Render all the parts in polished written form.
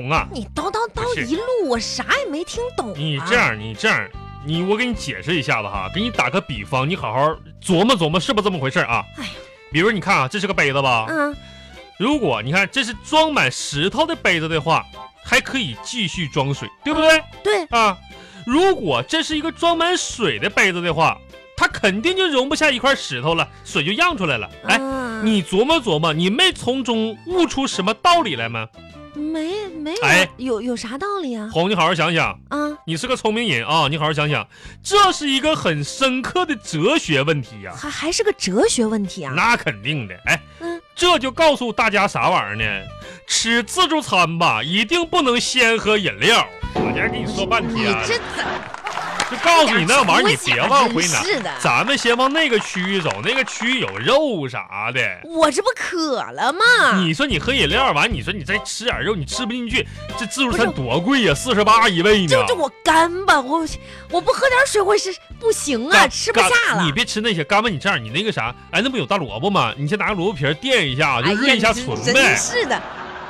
红啊， 你叨叨叨一路，我啥也没听懂、啊。 你这样，我给你解释一下子哈，给你打个比方，你好好琢磨琢磨，是不是这么回事啊？ 哎呀， 比如你看啊，这是个杯子吧？ 嗯， 如果你看这是装满石头的杯子的话，还可以继续装水，对不对？ 对啊，如果这是一个装满水的杯子的话，它肯定就容不下一块石头了，水就漾出来了。哎，你琢磨琢磨，你没从中悟出什么道理来吗？ 没有， 哎， 有啥道理啊？ 红，你好好想想啊， 你是个聪明人啊，你好好想想，这是一个很深刻的哲学问题呀、 还是个哲学问题啊？ 那肯定的。哎， 这就告诉大家啥玩意儿呢？吃自助餐吧，一定不能先喝饮料。我这跟你说半天， 你这就告诉你那玩意儿，你别往回拿。 是的， 咱们先往那个区域走，那个区域有肉啥的。 我这不渴了吗？ 你说你喝饮料完，你说你再吃点肉，你吃不进去。这自助餐多贵呀，48一位呢。 这我干巴，我不喝点水我是不行啊，吃不下了。 你别吃那些，干巴你这样，你那个啥，哎，那不有大萝卜吗？你先拿个萝卜皮垫一下，就润一下唇呗。 真是的。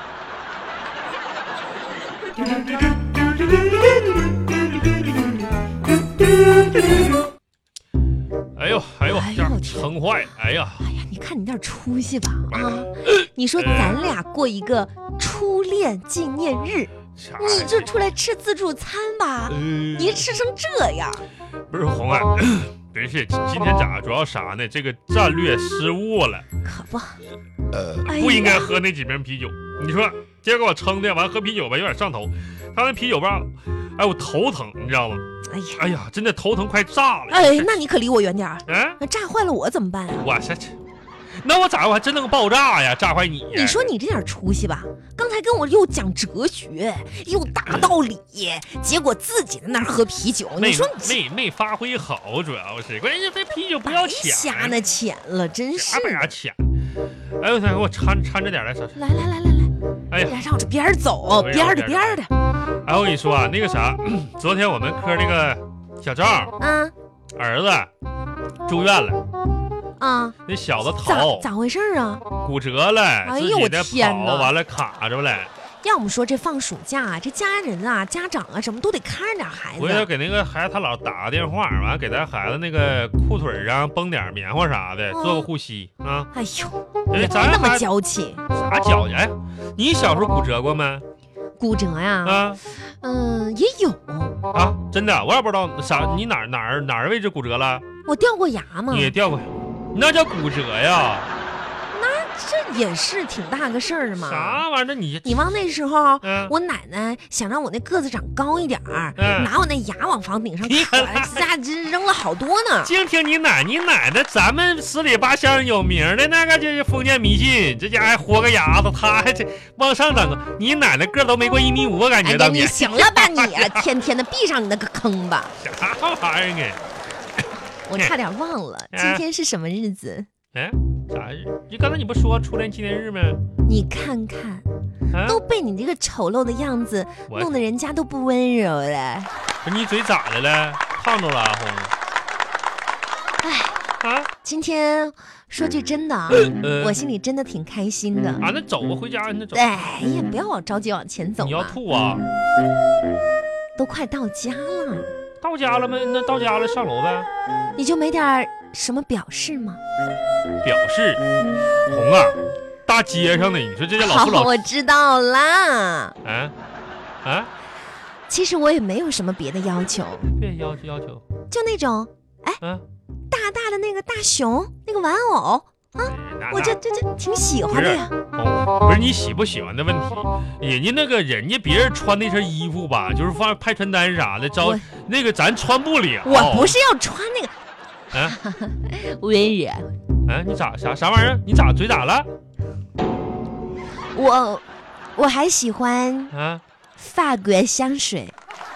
哎呦，这样撑坏了。哎呀， 你看你点出息吧啊！你说咱俩过一个初恋纪念日，你就出来吃自助餐吧，你吃成这样。 不是红啊，不是今天咋主要啥呢？这个战略失误了， 可不， 不应该喝那几瓶啤酒。你说结果我撑的完喝啤酒吧，有点上头。他那啤酒吧，哎，我头疼，你知道吗？哎呀，真的头疼快炸了。 哎，那你可离我远点。 那炸坏了我怎么办啊？ 我这，那我咋我还真能爆炸呀？炸坏你呀？ 你说你这点出息吧，刚才跟我又讲哲学，又大道理，结果自己在那儿喝啤酒。你说你没发挥好，主要是关键是这啤酒不要钱， 瞎那钱了，真是。 啥钱？哎呦，给我掺着点来， 来。 哎呀， 让我这边走，边的。 哎，我跟你说啊，那个啥，昨天我们科那个小赵，儿子住院了，那小子头咋回事啊？ 骨折了， 哎呦我天哪！ 完了卡着了。 要么说这放暑假这家人啊、家长啊什么都得看着点孩子。 我要给那个孩子他姥打个电话，完了给咱孩子那个裤腿上绷点棉花啥的，做个护膝啊。 哎呦，咱那么娇气？ 啥娇气？哎，你小时候骨折过没？ 骨折呀？也有啊，真的，我也不知道啥，你哪儿位置骨折了？ 我掉过牙吗？ 你也掉过，那叫骨折呀。 这也是挺大个事儿嘛。 啥玩意儿？ 你忘那时候，我奶奶想让我那个子长高一点儿，拿我那牙往房顶上卡，扔了好多呢。 净听你奶奶，咱们十里八乡有名的那个就是封建迷信，这家还豁个牙子，他还这往上整。你奶奶个都没过1.5米，我感觉当年。 你行了吧你，天天的闭上你那个坑吧。 啥玩意儿啊？ 我差点忘了，今天是什么日子？ 啥日？就刚才你不说初恋纪念日吗？ 你看看，都被你这个丑陋的样子弄得人家都不温柔了。 不是你嘴咋的了？烫着了，红。 今天说句真的啊，我心里真的挺开心的啊。那走吧，回家那走。 哎呀，不要着急往前走。 你要吐啊？ 都快到家了。 到家了吗？那到家了上楼呗。 你就没点什么表示吗？ 表示，红啊，大街上的，你说这些老夫老我知道啦。其实我也没有什么别的要求。 别要求， 就那种，大大的那个大熊，那个玩偶啊，我这挺喜欢的呀。 不是你喜不喜欢的问题，人家别人穿那身衣服吧，就是派传单啥的，那个咱穿不了。 我不是要穿那个。温柔。 你啥玩意儿？你咋嘴咋了？ 我还喜欢法国香水。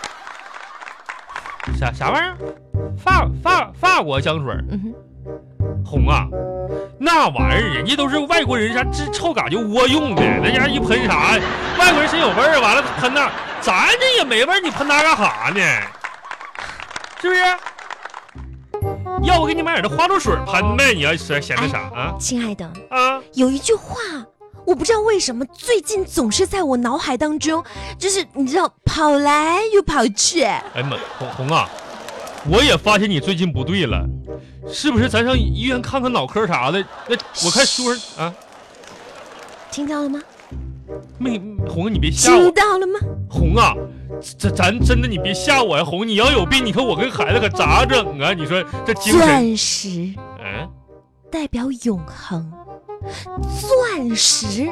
啥玩意儿？法国香水？红啊，那玩意儿人家都是外国人啥治臭嘎就窝用的，那家一喷啥，外国人身有味儿，完了喷那，咱这也没味儿，你喷它干啥呢？是不是？要我给你买点这花露水喷呗？你要嫌那啥啊？ 亲爱的啊， 有一句话我不知道为什么最近总是在我脑海当中，就是你知道跑来又跑去。 哎妈，红啊，我也发现你最近不对了，是不是咱上医院看看脑科啥的？那我看书上啊， 听到了吗？ 没，红你别吓我。 听到了吗？ 红啊，咱真的你别吓我呀，红，你要有病，你看我跟孩子可咋整啊？你说这精神， 钻石，代表永恒。钻石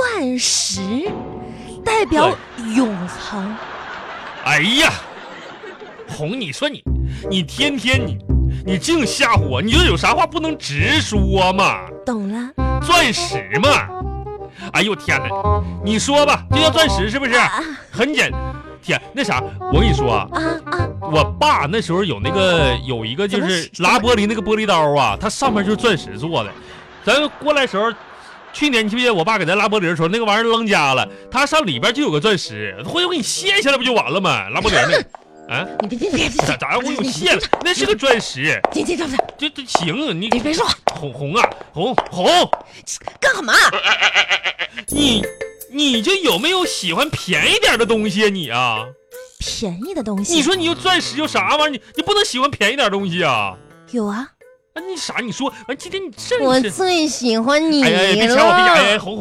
代表永恒。 哎呀，红，你说你天天你净吓唬我，你说有啥话不能直说嘛？ 懂了， 钻石嘛。哎呦天哪，你说吧，这叫钻石是不是？很简天那啥，我跟你说啊，我爸那时候有一个就是拉玻璃那个玻璃刀啊，它上面就是钻石做的。咱过来的时候，去年你记不记得我爸给咱拉玻璃的时候，那个玩意儿扔家了，它上里边就有个钻石，回头给你卸下来不就完了吗？拉玻璃那个。啊！ 你别咋样？我有卸了，那是个钻石。这行，你别说。 红啊，红， 干嘛？ 你这有没有喜欢便宜点的东西啊？你啊， 便宜的东西？ 你说你有钻石有啥玩意儿？你不能喜欢便宜点东西啊？ 有啊。 你啥？你说完今天你这我最喜欢你了。 哎，别抢我，别抢！哎，红，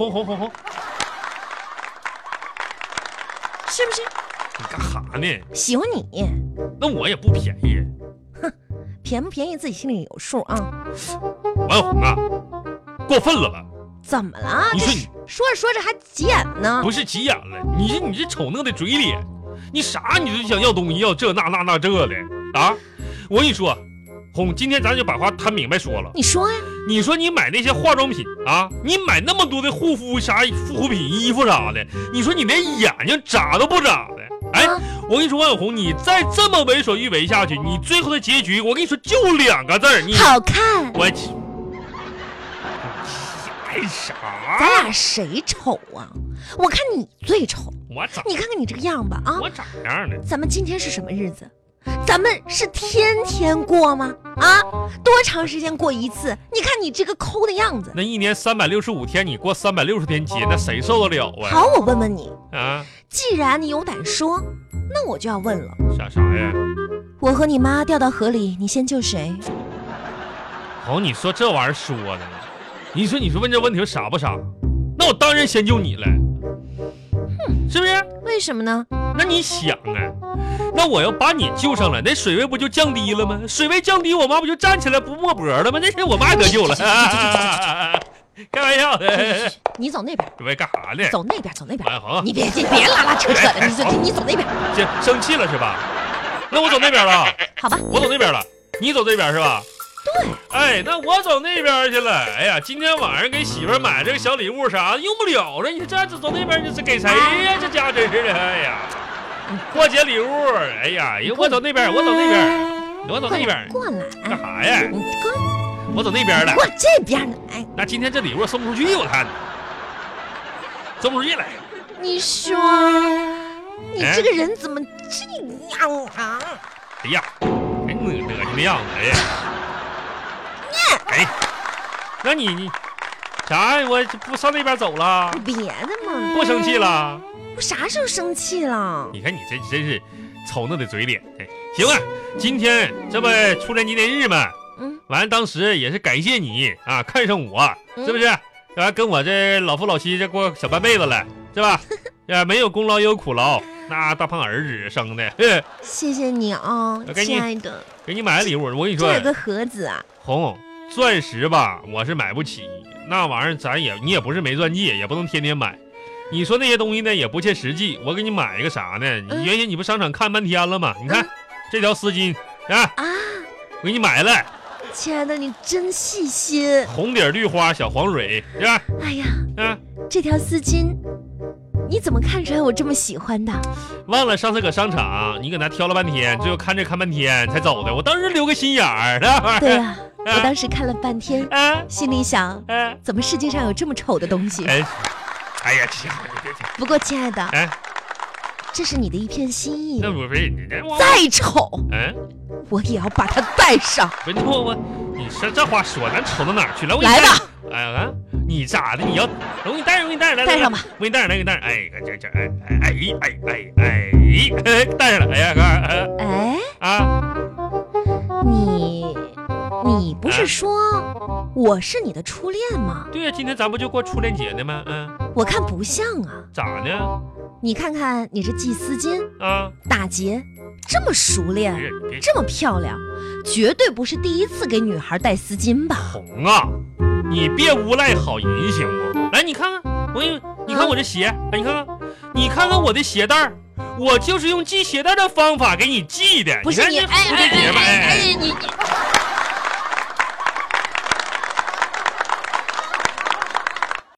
是不是？ 你干哈呢？ 喜欢你， 那我也不便宜。 哼，便不便宜自己心里有数啊。 王小红啊，过分了吧？ 怎么了？ 你说你说着说着还急眼呢？ 不是急眼了，你这丑嫩的嘴脸，你啥你就想要东西要这那这的啊？我跟你说，红，今天咱就把话摊明白说了。 你说呀？ 你说你买那些化妆品啊，你买那么多的护肤品、衣服啥的，你说你连眼睛眨都不眨的。哎，我跟你说，王小红，你再这么为所欲为下去，你最后的结局，我跟你说就2个字儿，你好看。 我干啥？ 咱俩谁丑啊？我看你最丑。 我咋？ 你看看你这个样吧啊！ 我咋样呢？ 咱们今天是什么日子？咱们是天天过吗？啊，多长时间过一次？你看你这个抠的样子。 那一年365天，你过360天节，那谁受得了啊？ 好，我问问你啊， 既然你有胆说，那我就要问了。 啥呀？ 我和你妈掉到河里，你先救谁？ 好，你说这玩意儿说的，你说问这问题傻不傻？那我当然先救你了，是不是？ 为什么呢？ 那你想啊，那我要把你救上来，那水位不就降低了吗？水位降低，我妈不就站起来不没脖了吗？那天我妈也得救了。开玩笑的。 你走那边。 准备干啥呢？ 走那边。你别拉扯的，你走那边。 生气了是吧？那我走那边了。 好吧， 我走那边了，你走这边是吧？ 对。 哎，那我走那边去了。哎呀，今天晚上给媳妇买这个小礼物啥用不了了，你这走那边这是给谁呀？这家真是的，哎呀。过节礼物，哎呀，我走那边，我走那边， 过来， 干啥呀？我走那边了， 过这边来。 那今天这礼物送不出去，我看送不出去了。 你说，你这个人怎么这样啊？ 哎呀，还恶心的样子，哎呀，哎，那你啥呀？我不上那边走了？ 别的嘛， 不生气了。 我啥时候生气了？ 你看你这真是丑嫩的嘴脸。哎，行啊，今天这不出来纪念日嘛，完当时也是感谢你啊，看上我，是不是？跟我这老夫老妻这过小半辈子了，是吧？没有功劳也有苦劳，那大胖儿子生的。 谢谢你啊，亲爱的， 给你买了礼物，我跟你说， 这有个盒子啊。 红钻石吧，我是买不起，那玩意儿你也不是没钻戒，也不能天天买。你说那些东西呢也不切实际，我给你买一个啥呢？原先你不上场看半天了吗？你看这条丝巾啊，我给你买了。 亲爱的，你真细心。 红底绿花小黄蕊，是吧？ 哎呀，这条丝巾，你怎么看出来我这么喜欢的？ 忘了上次搁商场，你搁那挑了半天，最后看半天才走的。我当时留个心眼儿， 对呀，我当时看了半天，心里想，怎么世界上有这么丑的东西？ 哎呀， 不过亲爱的，这是你的一片心意。 那不是你再丑，我也要把它带上。 不是你说这话说，咱丑到哪儿去了？ 来吧， 你咋的？你要我给你带上，我给你带上来， 带上吧。 我给你带上来，给你带上。哎，这带上了。哎呀，哥， 哎啊， 你不是说我是你的初恋吗？ 对呀，今天咱不就过初恋节呢吗？ 我看不像啊。 咋呢？ 你看看你这系丝巾啊， 打结这么熟练，这么漂亮，绝对不是第一次给女孩戴丝巾吧？ 红啊，你别诬赖好人行不？来，你看看，你看我这鞋，你看看我的鞋带我就是用系鞋带的方法给你系的。 不是你， 哎， 你。